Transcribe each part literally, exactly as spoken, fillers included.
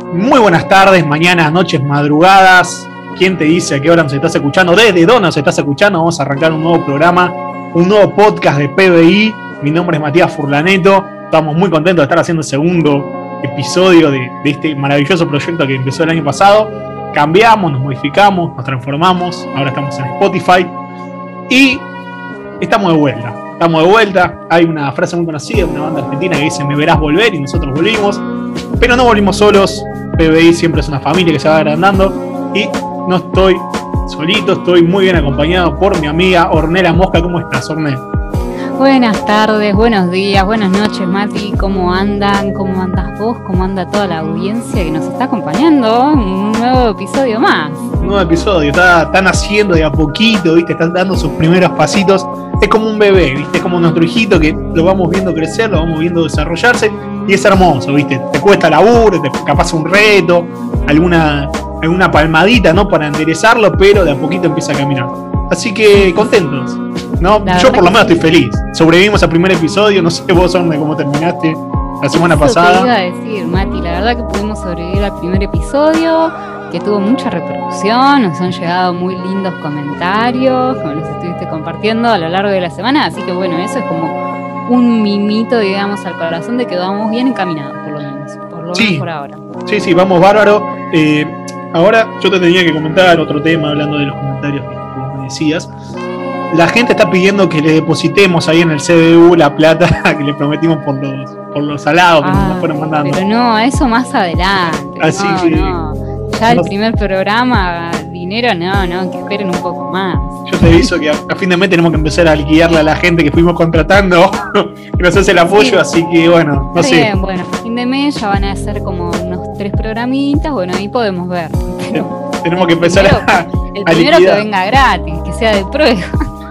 Muy buenas tardes, mañanas, noches, madrugadas. ¿Quién te dice a qué hora nos estás escuchando? ¿Desde dónde nos estás escuchando? Vamos a arrancar un nuevo programa, un nuevo podcast de P B I. Mi nombre es Matías Furlaneto. Estamos muy contentos de estar haciendo el segundo episodio de, de este maravilloso proyecto que empezó el año pasado. Cambiamos, nos modificamos, nos transformamos. Ahora estamos en Spotify. Y estamos de vuelta. Estamos de vuelta. Hay una frase muy conocida de una banda argentina que dice: me verás volver, y nosotros volvimos. Pero no volvimos solos. P B I siempre es una familia que se va agrandando. Y no estoy solito, estoy muy bien acompañado por mi amiga Ornella Mosca. ¿Cómo estás, Ornella? Buenas tardes, buenos días, buenas noches, Mati. ¿Cómo andan? ¿Cómo andas vos? ¿Cómo anda toda la audiencia que nos está acompañando en un nuevo episodio más? Un nuevo episodio, está, están haciendo de a poquito, ¿viste? Están dando sus primeros pasitos. Es como un bebé, ¿viste? Es como nuestro hijito que lo vamos viendo crecer, lo vamos viendo desarrollarse. Y es hermoso, ¿viste? Te cuesta laburo, te capaz un reto, alguna, alguna palmadita, ¿no? Para enderezarlo, pero de a poquito empieza a caminar. Así que contentos, ¿no? La Yo por lo menos sí. estoy feliz. Sobrevivimos al primer episodio, no sé vos, Orne, cómo terminaste la semana Eso pasada. te iba a decir, Mati, la verdad que pudimos sobrevivir al primer episodio, que tuvo mucha repercusión, nos han llegado muy lindos comentarios, que me los estuviste compartiendo a lo largo de la semana, así que bueno, eso es como un mimito, digamos, al corazón de que vamos bien encaminados, por lo menos, por lo Sí. menos por ahora. Sí, sí, vamos bárbaro. Eh, ahora yo te tenía que comentar otro tema, hablando de los comentarios que vos me decías. La gente está pidiendo que le depositemos ahí en el C B U la plata que le prometimos por los, por los salados que Ah, nos fueron mandando. Pero no, eso más adelante. Así no, que- no. Ya el no- primer programa, dinero, no, no, que esperen un poco más. Yo te aviso que a, a fin de mes tenemos que empezar a alquilarle a la gente que fuimos contratando que nos hace el apoyo, Sí. así que bueno, no Está sé. bien, bueno, a fin de mes ya van a ser como unos tres programitas, bueno, ahí podemos ver. Pero Tenemos que empezar primero- a, el a primero que liquidar. venga gratis, que sea de prueba.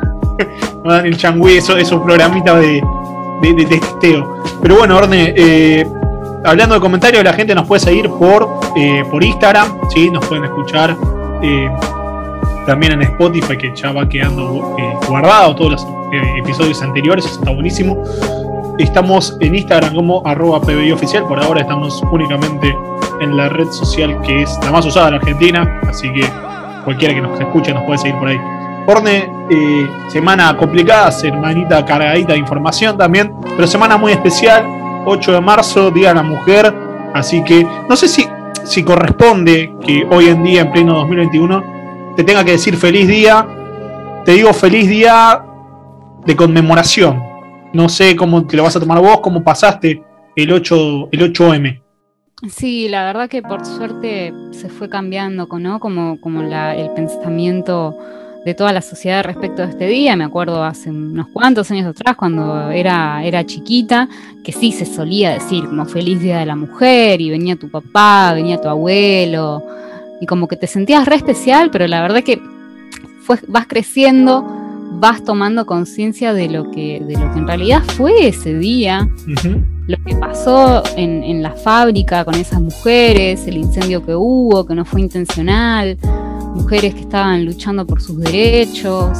No dan el changüí, eso, esos programitas de, de, de testeo. Pero bueno, Orne, eh, hablando de comentarios, la gente nos puede seguir por, eh, por Instagram, ¿sí? Nos pueden escuchar eh, también en Spotify, que ya va quedando eh, guardado todos los eh, episodios anteriores, eso está buenísimo. Estamos en Instagram como arroba P B I oficial, por ahora estamos únicamente en la red social que es la más usada en Argentina, así que cualquiera que nos escuche nos puede seguir por ahí. Orne, eh, semana complicada, semanita cargadita de información también, pero semana muy especial, ocho de marzo, Día de la Mujer, así que no sé si, si corresponde que hoy en día, en pleno dos mil veintiuno, te tenga que decir feliz día. Te digo feliz día de conmemoración. No sé cómo te lo vas a tomar vos, cómo pasaste el ocho, el ocho eme. Sí, la verdad que por suerte se fue cambiando, ¿no? Como, como la, el pensamiento de toda la sociedad respecto a este día. Me acuerdo hace unos cuantos años atrás, cuando era, era chiquita, que sí se solía decir como feliz día de la mujer, y venía tu papá, venía tu abuelo, y como que te sentías re especial, pero la verdad que fue, vas creciendo, vas tomando conciencia de lo que, de lo que en realidad fue ese día. Uh-huh. Lo que pasó en, en la fábrica con esas mujeres, el incendio que hubo, que no fue intencional, mujeres que estaban luchando por sus derechos,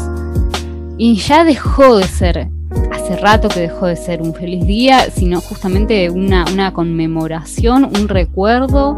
y ya dejó de ser, hace rato que dejó de ser un feliz día, sino justamente una, una conmemoración, un recuerdo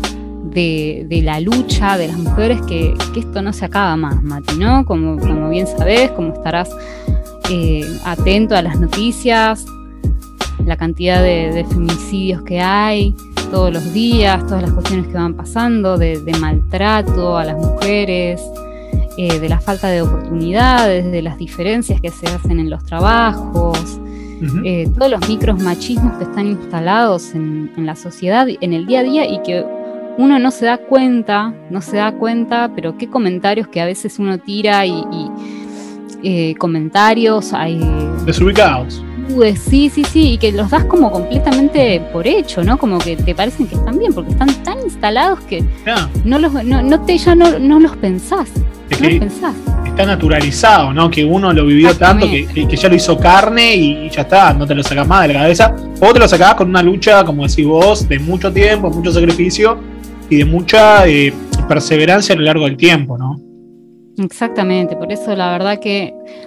de, de la lucha de las mujeres, que, que esto no se acaba más, Mati, ¿no? Como, como bien sabés, como estarás eh, atento a las noticias, la cantidad de, de feminicidios que hay todos los días, todas las cuestiones que van pasando, de, de maltrato a las mujeres, eh, de la falta de oportunidades, de las diferencias que se hacen en los trabajos, Uh-huh. eh, todos los micros machismos que están instalados en, en la sociedad, en el día a día, y que uno no se da cuenta, no se da cuenta, pero qué comentarios que a veces uno tira y, y eh, comentarios hay, Desubicados. sí, sí, sí, y que los das como completamente por hecho, ¿no? Como que te parecen que están bien, porque están tan instalados que Ya, no los, no, no te, ya no, no los pensás, es no que los pensás. está naturalizado, ¿no? Que uno lo vivió tanto que, Exactamente. que ya lo hizo carne y ya está, no te lo sacás más de la cabeza. O te lo sacás con una lucha, como decís vos, de mucho tiempo, mucho sacrificio y de mucha eh, perseverancia a lo largo del tiempo, ¿no? Exactamente, por eso la verdad que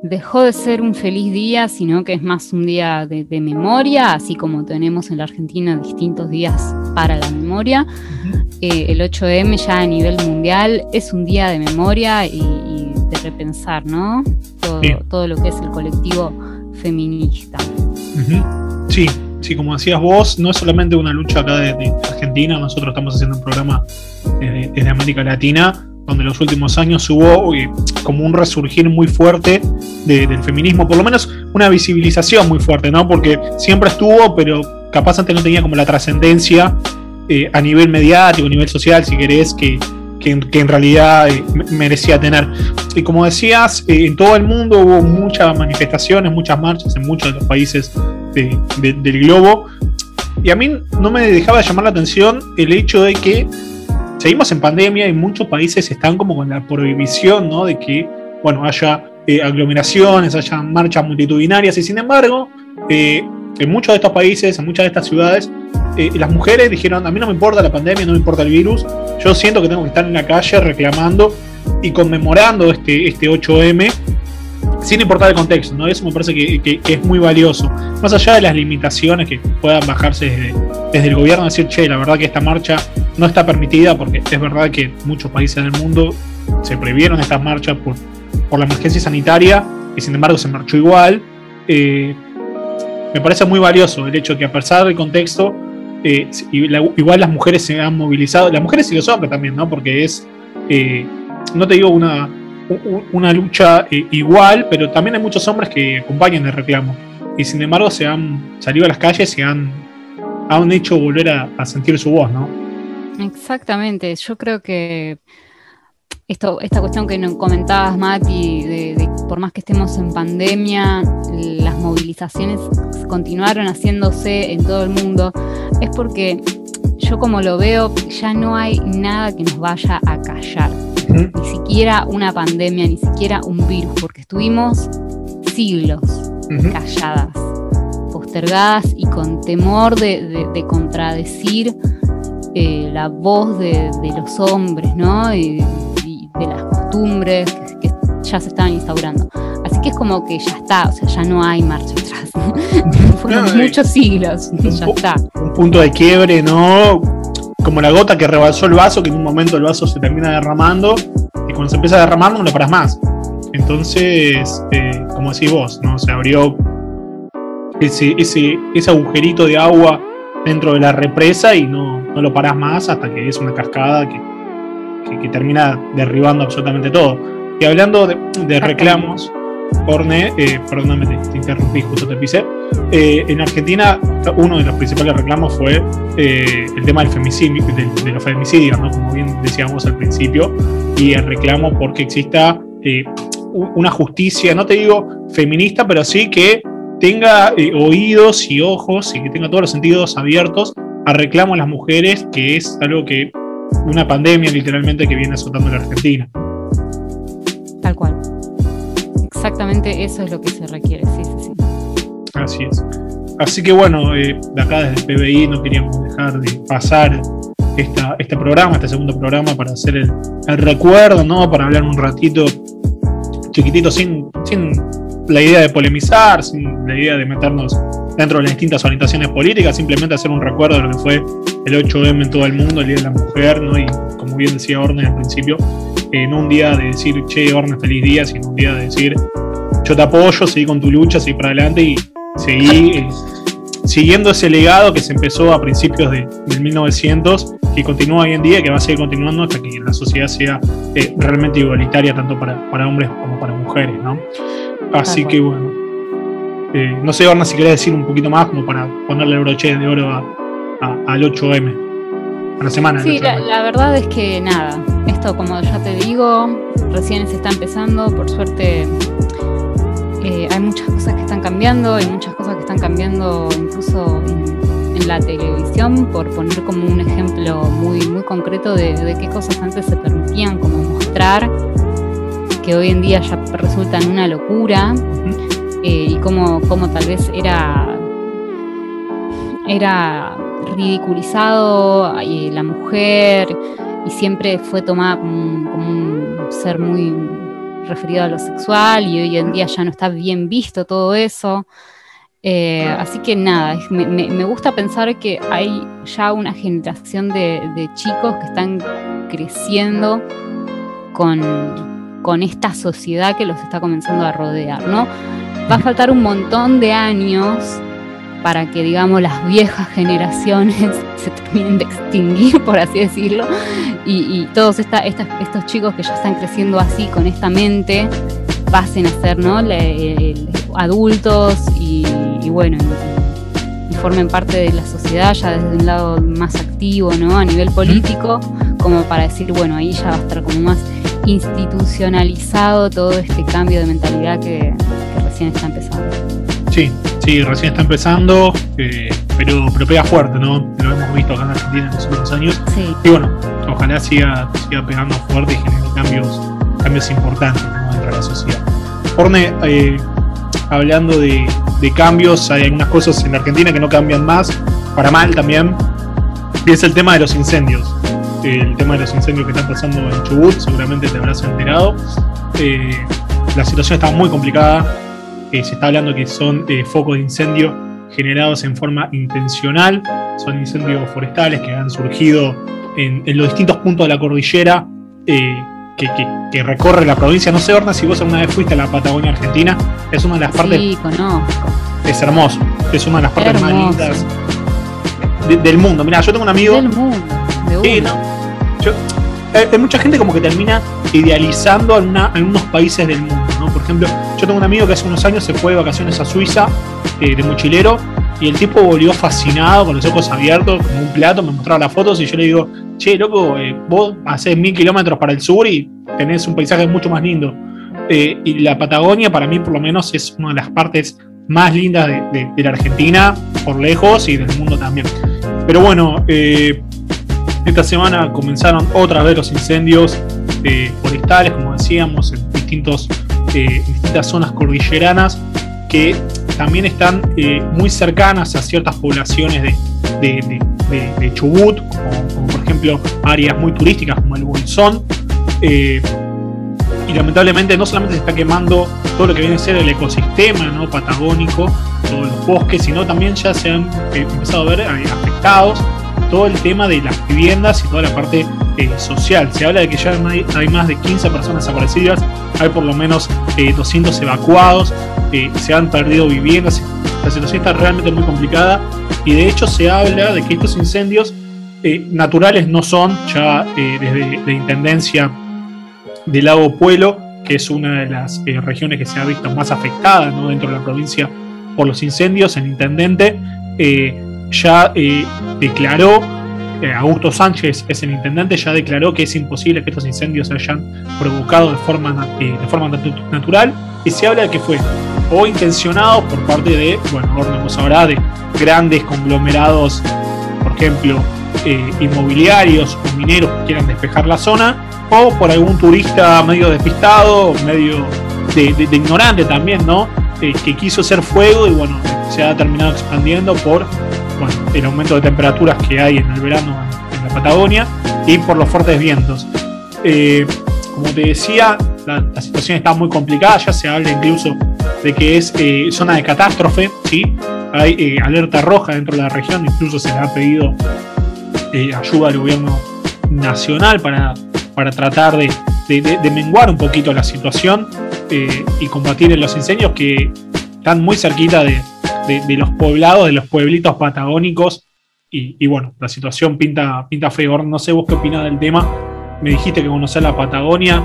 dejó de ser un feliz día, sino que es más un día de, de memoria, así como tenemos en la Argentina distintos días para la memoria. Uh-huh. Eh, el ocho eme ya a nivel mundial es un día de memoria y, y de repensar, ¿no? Todo, sí. todo lo que es el colectivo feminista. Uh-huh. Sí, sí, como decías vos, no es solamente una lucha acá de, de Argentina, nosotros estamos haciendo un programa desde, desde América Latina, donde en los últimos años hubo eh, como un resurgir muy fuerte de, del feminismo, por lo menos una visibilización muy fuerte, ¿no? Porque siempre estuvo, pero capaz antes no tenía como la trascendencia eh, a nivel mediático, a nivel social, si querés, que, que, que en realidad eh, merecía tener. Y como decías, eh, en todo el mundo hubo muchas manifestaciones, muchas marchas en muchos de los países de, de, del globo, y a mí no me dejaba de llamar la atención el hecho de que seguimos en pandemia y muchos países están como con la prohibición, ¿no? De que, bueno, haya eh, aglomeraciones, haya marchas multitudinarias, y sin embargo, eh, en muchos de estos países, en muchas de estas ciudades, eh, las mujeres dijeron: a mí no me importa la pandemia, no me importa el virus, yo siento que tengo que estar en la calle reclamando y conmemorando este, este ocho eme, sin importar el contexto, ¿no? Eso me parece que, que, que es muy valioso. Más allá de las limitaciones que puedan bajarse desde, desde el gobierno, decir, che, la verdad que esta marcha no está permitida, porque es verdad que en muchos países del mundo se prohibieron estas marchas por, por la emergencia sanitaria, y sin embargo se marchó igual. Eh, me parece muy valioso el hecho de que, a pesar del contexto, eh, igual las mujeres se han movilizado, las mujeres y los hombres también, ¿no? Porque es, eh, no te digo una... una lucha eh, igual, pero también hay muchos hombres que acompañan el reclamo, y sin embargo se han salido a las calles y han, han hecho volver a, a sentir su voz, ¿no? Exactamente, yo creo que esto, esta cuestión que nos comentabas, Mati, de, de por más que estemos en pandemia, las movilizaciones continuaron haciéndose en todo el mundo, es porque yo, como lo veo, ya no hay nada que nos vaya a callar. Ni siquiera una pandemia, ni siquiera un virus, porque estuvimos siglos uh-huh. calladas, postergadas y con temor de, de, de contradecir eh, la voz de, de los hombres, ¿no? Y, y de las costumbres que, que ya se estaban instaurando. Así que es como que ya está, o sea, ya no hay marcha atrás. Fueron no, muchos siglos, ya un, está. Un punto de quiebre, ¿no? Como la gota que rebalsó el vaso, que en un momento el vaso se termina derramando, y cuando se empieza a derramar no lo paras más. Entonces, eh, como decís vos, ¿no? Se abrió ese, ese, ese agujerito de agua dentro de la represa y no, no lo parás más hasta que es una cascada que, que, que termina derribando absolutamente todo. Y hablando de, de reclamos, Orne, eh, perdóname, te, te interrumpí, justo te pisé. Eh, en Argentina, uno de los principales reclamos fue eh, el tema del femicidio, de, de los femicidios, ¿no? Como bien decíamos al principio, y el reclamo porque exista eh, una justicia, no te digo feminista, pero sí que tenga eh, oídos y ojos, y que tenga todos los sentidos abiertos a reclamo a las mujeres, que es algo que, una pandemia literalmente que viene azotando en la Argentina. Tal cual. Exactamente eso es lo que se requiere, sí, sí, sí. Así es. Así que bueno, eh, de acá desde el P B I no queríamos dejar de pasar esta, este programa, este segundo programa, para hacer el, el recuerdo, ¿no? Para hablar un ratito chiquitito, sin, sin la idea de polemizar, sin la idea de meternos dentro de las distintas orientaciones políticas, simplemente hacer un recuerdo de lo que fue el ocho eme en todo el mundo, el Día de la Mujer, ¿no? Y como bien decía Orne al principio, eh, no un día de decir, che, Orne, feliz día, sino un día de decir, yo te apoyo, seguí con tu lucha, seguí para adelante y seguí eh, siguiendo ese legado que se empezó a principios de, de mil novecientos, que continúa hoy en día y que va a seguir continuando hasta que la sociedad sea eh, realmente igualitaria, tanto para, para hombres como para mujeres, ¿no? Así que bueno, eh, no sé, Orna, si querés decir un poquito más como para ponerle el broche de oro a, a, al ocho eme, a la semana. Sí, la, la verdad es que nada, esto, como ya te digo, recién se está empezando, por suerte. Eh, hay muchas cosas que están cambiando, hay muchas cosas que están cambiando incluso en, en la televisión, por poner como un ejemplo muy, muy concreto de, de qué cosas antes se permitían como mostrar, que hoy en día ya resultan una locura, eh, y cómo, cómo tal vez era, era ridiculizado eh, la mujer, y siempre fue tomada como un, como un ser muy referido a lo sexual, y hoy en día ya no está bien visto todo eso. Eh, así que nada, me, me, me gusta pensar que hay ya una generación de, de chicos que están creciendo con, con esta sociedad que los está comenzando a rodear, ¿no? Va a faltar un montón de años para que, digamos, las viejas generaciones se terminen de extinguir, por así decirlo, y, y todos esta, esta, estos chicos que ya están creciendo así, con esta mente, pasen a ser, ¿no?, le, le, adultos y, y bueno, y, y formen parte de la sociedad ya desde un lado más activo, ¿no?, a nivel político, como para decir, bueno, ahí ya va a estar como más institucionalizado todo este cambio de mentalidad que, que recién está empezando. Sí, sí, recién está empezando, eh, pero, pero pega fuerte, ¿no? Lo hemos visto acá en Argentina en los últimos años. Sí. Y bueno, ojalá siga, siga pegando fuerte y genere cambios, cambios importantes, ¿no?, dentro de la sociedad. Orne, eh, hablando de, de cambios, hay algunas cosas en la Argentina que no cambian más, para mal también, y es el tema de los incendios. El tema de los incendios que están pasando en Chubut, seguramente te habrás enterado. Eh, la situación está muy complicada. Eh, se está hablando que son eh, focos de incendio generados en forma intencional. Son incendios forestales que han surgido en, en los distintos puntos de la cordillera eh, que, que, que recorre la provincia. No sé, Orna, si vos alguna vez fuiste a la Patagonia Argentina. Es una de las partes... Sí, conozco. Es hermoso. Es una de las partes Hermoso. más lindas de, del mundo. Mirá, yo tengo un amigo... Del mundo, de uno. Eh, no, yo, hay, hay mucha gente como que termina idealizando en una, algunos países del mundo, ¿no? Por ejemplo, yo tengo un amigo que hace unos años se fue de vacaciones a Suiza, eh, de mochilero, y el tipo volvió fascinado, con los ojos abiertos, como un plato, me mostraba las fotos y yo le digo, che, loco, eh, vos hacés mil kilómetros para el sur y tenés un paisaje mucho más lindo. Eh, y la Patagonia, para mí por lo menos, es una de las partes más lindas de, de, de la Argentina, por lejos, y del mundo también. Pero bueno, eh, esta semana comenzaron otra vez los incendios eh, forestales, como decíamos, en distintos, eh, distintas zonas cordilleranas que también están eh, muy cercanas a ciertas poblaciones de, de, de, de, de Chubut, como, como por ejemplo áreas muy turísticas como el Bolsón. Eh, y lamentablemente no solamente se está quemando todo lo que viene a ser el ecosistema, ¿no?, patagónico, todos los bosques, sino también ya se han eh, empezado a ver eh, afectados todo el tema de las viviendas y toda la parte eh, social. Se habla de que ya hay, hay más de quince personas desaparecidas, hay por lo menos eh, doscientos evacuados, eh, se han perdido viviendas, la situación está realmente muy complicada y de hecho se habla de que estos incendios eh, naturales no son, ya eh, desde la Intendencia del Lago Puelo, que es una de las eh, regiones que se ha visto más afectada, ¿no?, dentro de la provincia por los incendios, el intendente eh, ya eh, declaró, eh, Augusto Sánchez es el intendente, ya declaró que es imposible que estos incendios se hayan provocado de forma, eh, de forma natu- natural, y se habla de que fue o intencionado por parte de, bueno, ahora no sabrá, de grandes conglomerados, por ejemplo, eh, inmobiliarios o mineros que quieran despejar la zona, o por algún turista medio despistado, medio de, de, de ignorante también, ¿no?, eh, que quiso hacer fuego y bueno, se ha terminado expandiendo por, bueno, el aumento de temperaturas que hay en el verano en la Patagonia y por los fuertes vientos. Eh, como te decía, la, la situación está muy complicada, ya se habla incluso de que es eh, zona de catástrofe, ¿sí? Hay eh, alerta roja dentro de la región, incluso se le ha pedido eh, ayuda al gobierno nacional para, para tratar de, de, de, de menguar un poquito la situación eh, y combatir los incendios que están muy cerquita de De, de los poblados, de los pueblitos patagónicos y, y bueno, la situación pinta, pinta feo. No sé vos qué opinás del tema, me dijiste que conocés la Patagonia,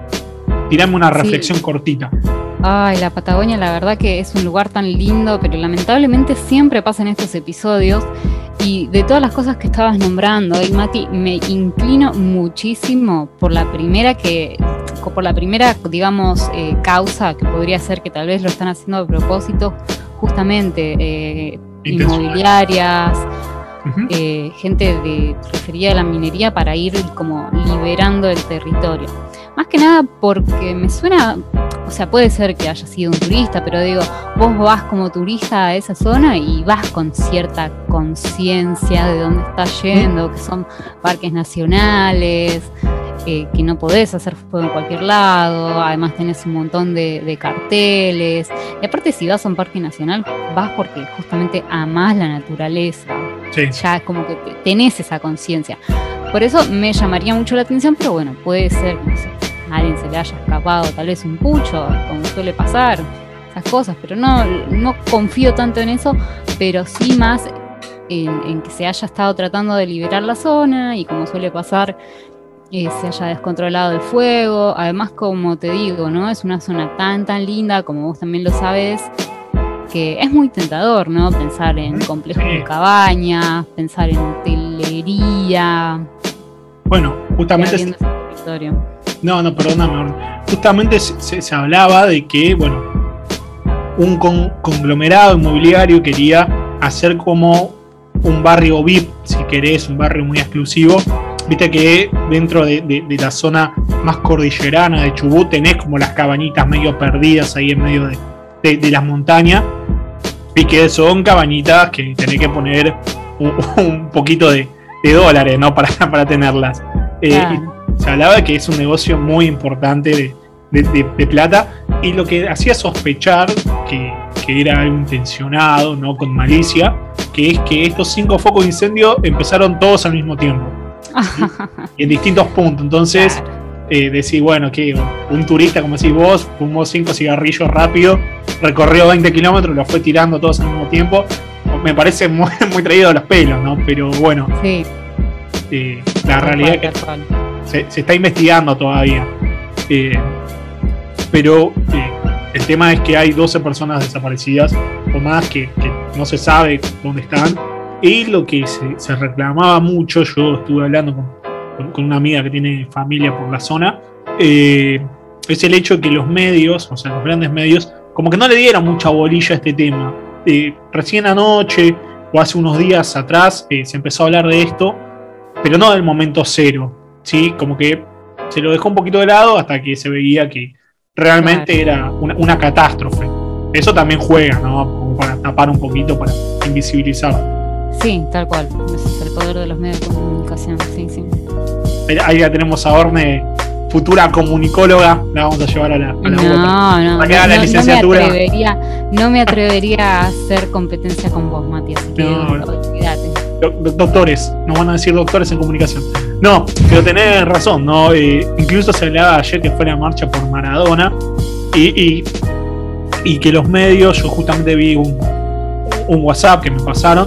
tirame una reflexión sí. cortita. Ay, la Patagonia la verdad que es un lugar tan lindo, pero lamentablemente siempre pasan estos episodios y de todas las cosas que estabas nombrando, y Mati, me inclino muchísimo por la primera que por la primera, digamos, eh, causa que podría ser que tal vez lo están haciendo a propósito, justamente eh, inmobiliarias, uh-huh. eh, gente de, referida a la minería para ir como liberando el territorio. Más que nada porque me suena, o sea, puede ser que haya sido un turista, pero digo, vos vas como turista a esa zona y vas con cierta conciencia de dónde estás yendo, que son parques nacionales, eh, que no podés hacer fuego en cualquier lado, además tenés un montón de, de carteles, y aparte si vas a un parque nacional vas porque justamente amás la naturaleza, sí. Ya es como que tenés esa conciencia. Por eso me llamaría mucho la atención, pero bueno, puede ser que no sé, a alguien se le haya escapado tal vez un pucho, como suele pasar, esas cosas, pero no, no confío tanto en eso, pero sí más en, en que se haya estado tratando de liberar la zona y como suele pasar, eh, se haya descontrolado el fuego. Además, como te digo, ¿no? Es una zona tan, tan linda, como vos también lo sabes, que es muy tentador, ¿no? Pensar en complejos de cabañas, pensar en hotelería. Bueno, justamente... ese territorio. No, no, perdóname. Justamente se, se hablaba de que, bueno, un con, conglomerado inmobiliario quería hacer como un barrio V I P, si querés, un barrio muy exclusivo. Viste que dentro de, de, de la zona más cordillerana de Chubut tenés como las cabañitas medio perdidas ahí en medio de, de, de las montañas, y que son cabañitas que tenés que poner un, un poquito de, de dólares, ¿no? Para, para tenerlas. Eh, Claro. Se hablaba de que es un negocio muy importante de, de, de, de plata, y lo que hacía sospechar que, que era algo intencionado, ¿no? Con malicia, que es que estos cinco focos de incendio empezaron todos al mismo tiempo, ¿sí? Y en distintos puntos. Entonces, Claro. eh, decís, bueno, que un turista, como decís vos, fumó cinco cigarrillos rápido, recorrió veinte kilómetros, los fue tirando todos al mismo tiempo. Me parece muy, muy traído de los pelos, ¿no? Pero bueno, Sí, eh, la realidad es que tal cual. se, se está investigando todavía. Eh, pero eh, el tema es que hay doce personas desaparecidas o más que, que no se sabe dónde están. Y lo que se, se reclamaba mucho, yo estuve hablando con, con, con una amiga que tiene familia por la zona, eh, es el hecho de que los medios, o sea, los grandes medios, como que no le dieron mucha bolilla a este tema. Eh, recién anoche o hace unos días atrás eh, se empezó a hablar de esto, pero no del momento cero, ¿sí? Como que se lo dejó un poquito de lado hasta que se veía que realmente Claro. era una, una catástrofe. Eso también juega, ¿no? Como para tapar un poquito, para invisibilizar. Sí, tal cual. Ese es el poder de los medios de comunicación. Sí, sí. Ahí ya tenemos a Orne, futura comunicóloga, la vamos a llevar a la, a la No, U O T. no, Para que haga la no, licenciatura. no me atrevería, no me atrevería a hacer competencia con vos, Mati, así que No, no. olvídate. Do- do- doctores, nos van a decir doctores en comunicación. No, pero tenés razón, ¿no? Eh, incluso se hablaba ayer que fue la marcha por Maradona y, y, y que los medios, yo justamente vi un, un WhatsApp que me pasaron,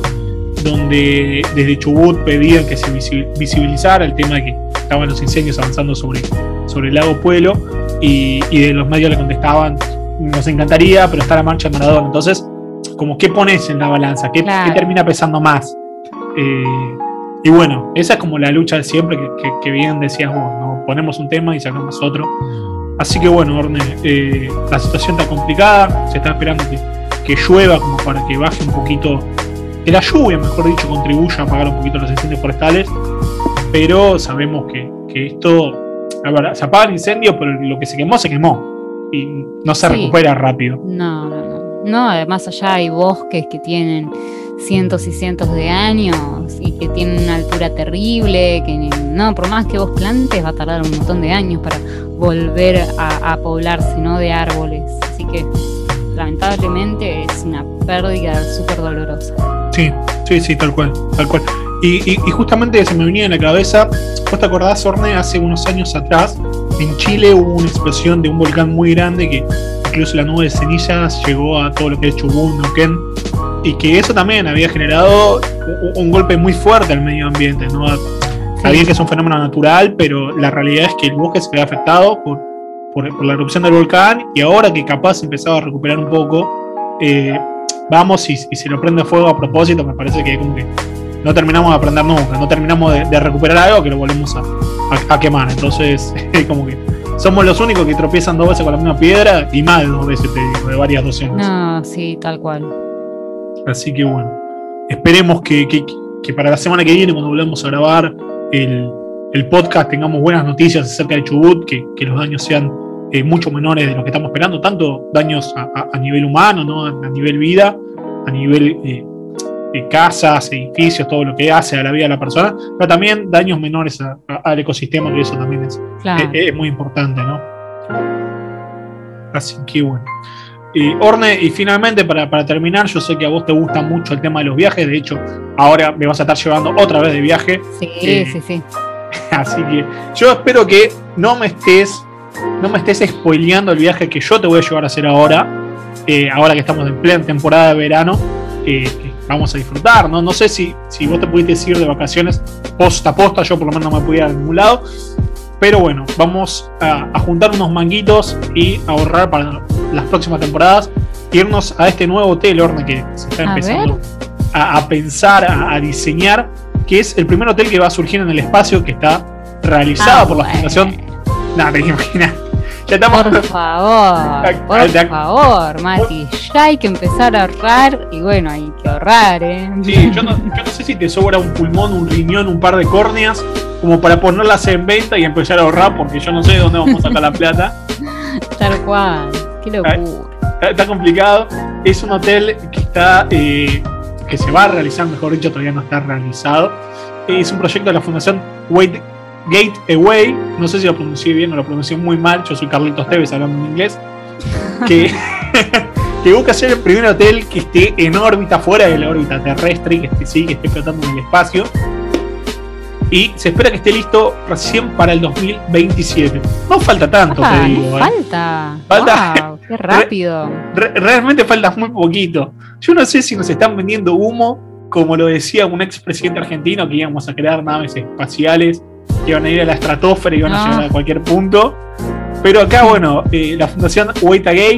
donde desde Chubut pedían que se visi- visibilizara el tema de que estaban los incendios avanzando sobre, sobre el lago Puelo, y, y de los medios le contestaban, nos encantaría, pero está la marcha de Maradona. Entonces, como, ¿qué pones en la balanza? ¿Qué, Claro. ¿qué termina pesando más? Eh, y bueno, esa es como la lucha de siempre, que, que, que bien decías vos, ¿no? Ponemos un tema y sacamos otro. Así que bueno, Orne, eh, la situación está complicada, se está esperando que, que llueva como para que baje un poquito, que la lluvia, mejor dicho, contribuya a apagar un poquito los incendios forestales, pero sabemos que, que esto, a ver, se apaga el incendio, pero lo que se quemó, se quemó, y no se Sí. recupera rápido. No, no, no. No, además allá hay bosques que tienen cientos y cientos de años y que tienen una altura terrible, que no, por más que vos plantes va a tardar un montón de años para volver a, a poblarse, ¿no? De árboles. Así que lamentablemente es una pérdida súper dolorosa. Sí, sí, sí, tal cual, tal cual. Y, y, y justamente se me venía en la cabeza, ¿vos te acordás, Orne, hace unos años atrás, en Chile hubo una explosión de un volcán muy grande que incluso la nube de cenizas llegó a todo lo que es Chubut, Neuquén, y que eso también había generado un, un golpe muy fuerte al medio ambiente, ¿no? Está bien que es un fenómeno natural, pero la realidad es que el bosque se ve afectado por, por, por la erupción del volcán, y ahora que capaz empezaba a recuperar un poco, eh, vamos y, y se lo prende fuego a propósito, me parece que como que no terminamos de aprender nunca, no terminamos de, de recuperar algo que lo volvemos a, a, a quemar. Entonces, como que somos los únicos que tropiezan dos veces con la misma piedra, y más de dos veces, te digo, de varias docenas. No, sí, tal cual. Así que bueno, esperemos que, que, que para la semana que viene, cuando volvamos a grabar el, el podcast, tengamos buenas noticias acerca de Chubut, que, que los daños sean eh, mucho menores de lo que estamos esperando, tanto daños a, a, a nivel humano, ¿no? A nivel vida, a nivel eh, eh, casas, edificios, todo lo que hace a la vida de la persona, pero también daños menores a, a, al ecosistema, que eso también es, Claro. es, es muy importante, ¿no? Así que bueno. Y Orne, y finalmente para, para terminar, yo sé que a vos te gusta mucho el tema de los viajes, de hecho, ahora me vas a estar llevando otra vez de viaje. Sí, Eh, sí, sí. Así que yo espero que no me estés no me estés spoileando el viaje que yo te voy a llevar a hacer ahora, eh, ahora que estamos en plena temporada de verano, eh, que vamos a disfrutar, ¿no? No sé si, si vos te pudiste ir de vacaciones posta a posta, yo por lo menos no me pude ir a ningún lado, pero bueno, vamos a, a juntar unos manguitos y ahorrar para las próximas temporadas, irnos a este nuevo hotel, Orne, que se está A empezando a, a pensar, a, a diseñar, que es el primer hotel que va a surgir en el espacio, que está realizado Ah, por la bueno. Fundación. Nada, te imaginas. Ya estamos. Por favor, por Ac- favor, Mati, ya hay que empezar a ahorrar y bueno, hay que ahorrar, ¿eh? Sí, yo no, yo no sé si te sobra un pulmón, un riñón, un par de córneas, como para ponerlas en venta y empezar a ahorrar, porque yo no sé de dónde vamos a sacar la plata. Tal cual, qué locura. Está, está complicado. Es un hotel que está, eh, que se va a realizar, mejor dicho, todavía no está realizado. Es un proyecto de la Fundación Wait, Gateway, no sé si lo pronuncié bien o lo pronuncié muy mal, yo soy Carlitos Tevez hablando en inglés, que, que busca ser el primer hotel que esté en órbita, fuera de la órbita terrestre, que esté, sí, que esté flotando en el espacio, y se espera que esté listo recién para el dos mil veintisiete. No falta tanto, Ah, te digo. no ¿eh? falta. Falta- Wow, qué rápido. Re- realmente falta muy poquito. Yo no sé si nos están vendiendo humo, como lo decía un expresidente argentino, que íbamos a crear naves espaciales que iban a ir a la estratosfera y iban No. a llegar a cualquier punto. Pero acá, bueno, eh, la Fundación Waitagate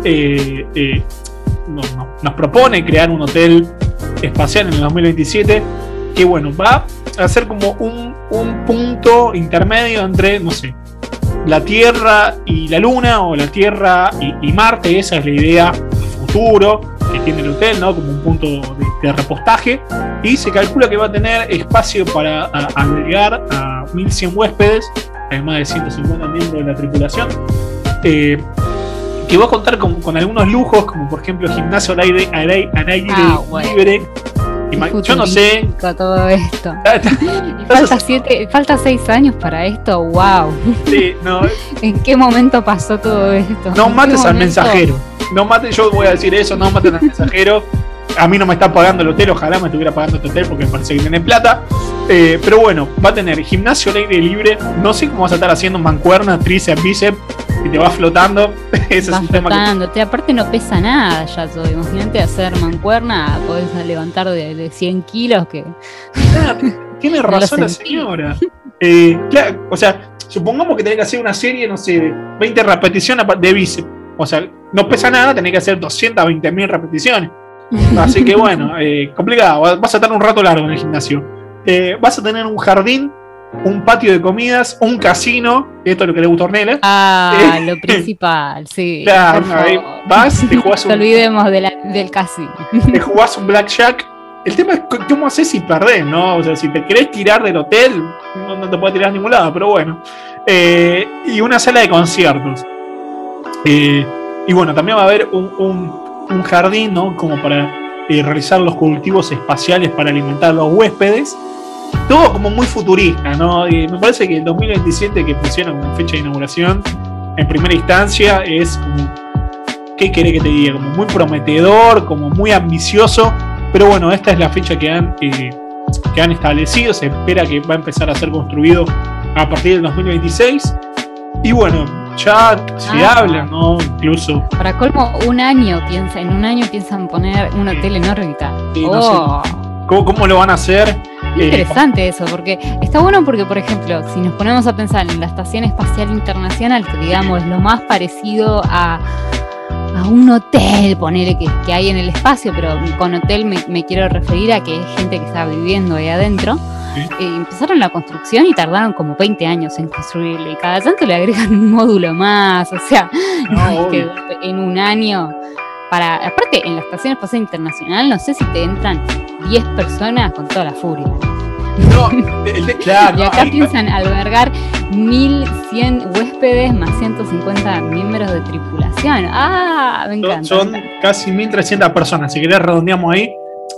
eh, eh, no, no, nos propone crear un hotel espacial en el dos mil veintisiete que, bueno, va a ser como un, un punto intermedio entre, no sé, la Tierra y la Luna, o la Tierra y, y Marte. Esa es la idea futuro que tiene el hotel, ¿no? Como un punto de, de repostaje. Y se calcula que va a tener espacio para a- albergar a mil cien huéspedes, además de ciento cincuenta miembros de la tripulación. Eh, que va a contar con, con algunos lujos, como por ejemplo gimnasio al aire, al aire, al aire Ah, bueno. libre. Ima- Yo no sé. Futurístico todo esto. Sí, Y falta siete, falta seis años para esto, wow. no, ¿En qué momento pasó todo esto? no ¿En qué mates al momento? mensajero. No mates, yo voy a decir eso, no maten al mensajero. A mí no me está pagando el hotel, ojalá me estuviera pagando este hotel porque me parece que tiene plata. Eh, pero bueno, va a tener gimnasio al aire libre. No sé cómo vas a estar haciendo mancuerna, tríceps, bíceps y te va flotando. Ese Vas es un tema que. flotando, te- aparte no pesa nada ya todo. Imagínate hacer mancuerna, podés levantar de, de cien kilos que. Ah, tiene No lo razón la sentí. señora. Eh, claro, o sea, supongamos que tenés que hacer una serie, no sé, de veinte repeticiones de bíceps. O sea, no pesa nada, tenés que hacer doscientas veinte mil repeticiones. Así que bueno, eh, complicado. Vas a estar un rato largo en el gimnasio. Eh, vas a tener un jardín, un patio de comidas, un casino. Esto es lo que le gusta a Ornella. Ah, lo principal, sí. Claro, por ahí favor. vas, te jugás No un, olvidemos de la- del casino. te jugás un blackjack. El tema es c- cómo haces si perdés, ¿no? O sea, si te querés tirar del hotel, no, no te puedes tirar a ningún lado, pero bueno. Eh, y una sala de conciertos. Eh, y bueno, también va a haber un, un- un jardín, ¿no? Como para eh, realizar los cultivos espaciales para alimentar a los huéspedes. Todo como muy futurista, ¿no? Y me parece que el dos mil veintisiete, que pusieron como fecha de inauguración, en primera instancia, es como, ¿qué querés que te diga? Como muy prometedor, como muy ambicioso. Pero bueno, esta es la fecha que han, eh, que han establecido. Se espera que va a empezar a ser construido a partir del dos mil veintiséis. Y bueno, ya se Ah. habla, ¿no? Incluso. Para colmo, un año piensa, en un año piensan poner un hotel en órbita. Sí, no Oh, ¿Cómo, cómo lo van a hacer? qué Eh, interesante eso, porque está bueno porque, por ejemplo, si nos ponemos a pensar en la Estación Espacial Internacional, que digamos es lo más parecido a, a un hotel, ponele que, que hay en el espacio, pero con hotel me, me quiero referir a que es gente que está viviendo ahí adentro. Sí. Eh, empezaron la construcción y tardaron como veinte años en construirlo, y cada tanto le agregan un módulo más, o sea, No, no es obvio. que en un año, para, aparte en la Estación Espacial Internacional, no sé si te entran diez personas con toda la furia. No, el de- claro, Y no, acá ahí- piensan albergar mil cien huéspedes más ciento cincuenta miembros de tripulación. Ah, me encanta. son, son casi mil trescientas personas. Si querés, redondeamos ahí.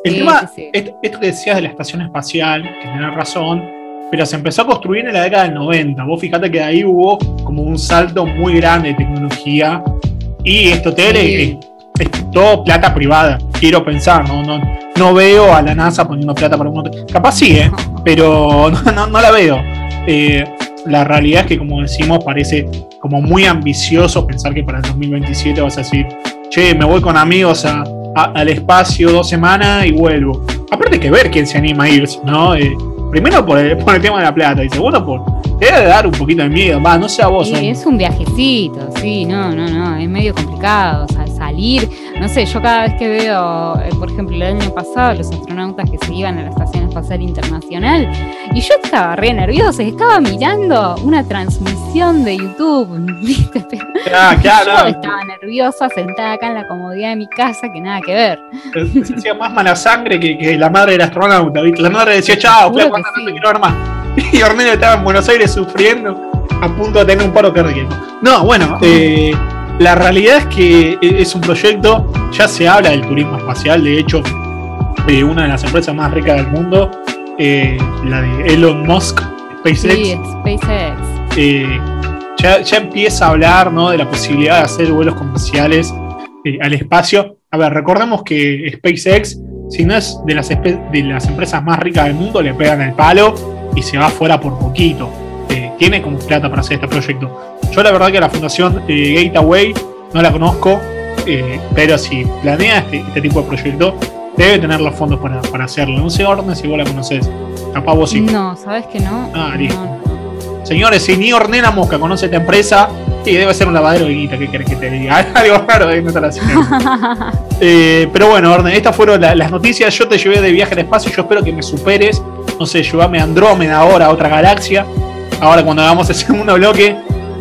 El Sí, tema, sí, sí. esto, esto que decías de la estación espacial, que tenés razón, pero se empezó a construir en la década del noventa. Vos fijate que ahí hubo como un salto muy grande de tecnología y este hotel Sí. es, es todo plata privada. Quiero pensar, no, no, no veo a la NASA poniendo plata para un hotel. Capaz sí, ¿eh? Pero no, no, no la veo. Eh, la realidad es que, como decimos, parece como muy ambicioso pensar que para el dos mil veintisiete vas a decir, che, me voy con amigos a, a, al espacio dos semanas y vuelvo. Aparte hay que ver quién se anima a irse, ¿no? Eh, primero por el, por el tema de la plata y segundo por... Te debe dar un poquito de miedo, va, no sé a vos. Sí, hombre. es un viajecito, sí, no, no, no, es medio complicado, o sea, salir, no sé, yo cada vez que veo, eh, por ejemplo, el año pasado, los astronautas que se iban a la Estación Espacial Internacional, y yo estaba re nerviosa, estaba mirando una transmisión de YouTube, ¿viste? Pero Ah, claro, yo no. estaba nerviosa, sentada acá en la comodidad de mi casa, que nada que ver. Se hacía más mala sangre que, que la madre del astronauta, ¿viste? La madre decía, chao, Seguro flaco, que anda, no sí. te quiero ver más. Y Ornelio estaba en Buenos Aires sufriendo, a punto de tener un paro cardíaco. No, bueno, eh, la realidad es que es un proyecto, ya se habla del turismo espacial, de hecho, eh, una de las empresas más ricas del mundo, eh, la de Elon Musk, SpaceX, Sí, SpaceX. eh, ya, ya empieza a hablar, ¿no?, de la posibilidad de hacer vuelos comerciales eh, al espacio. A ver, recordemos que SpaceX, si no es de las, espe- de las empresas más ricas del mundo, le pegan el palo y se va afuera por poquito. Eh, tiene como plata para hacer este proyecto. Yo la verdad que la fundación eh, Gateway no la conozco, eh, pero si planea este, este tipo de proyecto, debe tener los fondos para, para hacerlo. No sé, Orne, si vos la conocés. Capaz vos sí. No, ¿sabes que no? Ah, listo. No, no. Señores, si ni Ornella Mosca conoce esta empresa, sí, debe ser un lavadero de guita, ¿qué querés que te diga? Algo raro de no estar haciendo. eh, pero bueno, Orne, estas fueron la, las noticias. Yo te llevé de viaje al espacio, yo espero que me superes. No sé, llévame a Andrómeda ahora, a otra galaxia. Ahora cuando hagamos el segundo bloque.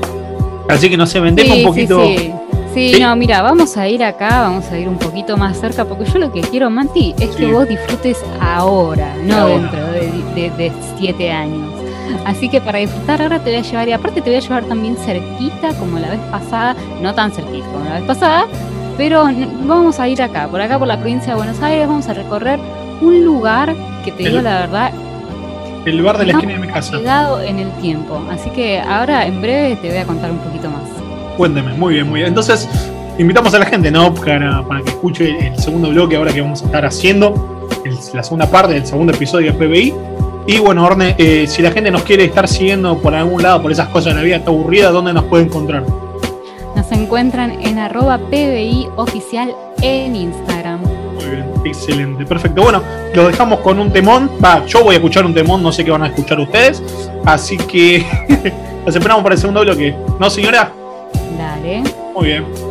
Así que no sé, vendemos Sí, un poquito. Sí, sí. Sí, ¿Sí? no, mira, vamos a ir acá, vamos a ir un poquito más cerca, porque yo lo que quiero, Mati, es que Sí. vos disfrutes ahora, no Ahora. dentro de, de- de siete años. Así que para disfrutar ahora te voy a llevar, y aparte te voy a llevar también cerquita, como la vez pasada, no tan cerquita como la vez pasada, pero n- vamos a ir acá, por acá por la provincia de Buenos Aires, vamos a recorrer un lugar que te digo El- la verdad, El bar de la no esquina de mi casa. llegado en el tiempo. Así que ahora en breve te voy a contar un poquito más. Cuénteme, muy bien, muy bien. Entonces, invitamos a la gente, ¿no? Para, para que escuche el segundo bloque ahora que vamos a estar haciendo, el- la segunda parte del segundo episodio de P B I. Y bueno, Orne, eh, si la gente nos quiere estar siguiendo por algún lado, por esas cosas de la vida, está aburrida, ¿dónde nos puede encontrar? Nos encuentran en arroba P B I oficial en Instagram. Muy bien, excelente, perfecto. Bueno, lo dejamos con un temón. Va, yo voy a escuchar un temón, no sé qué van a escuchar ustedes. Así que los esperamos para el segundo bloque. ¿No, señora? Dale. Muy bien.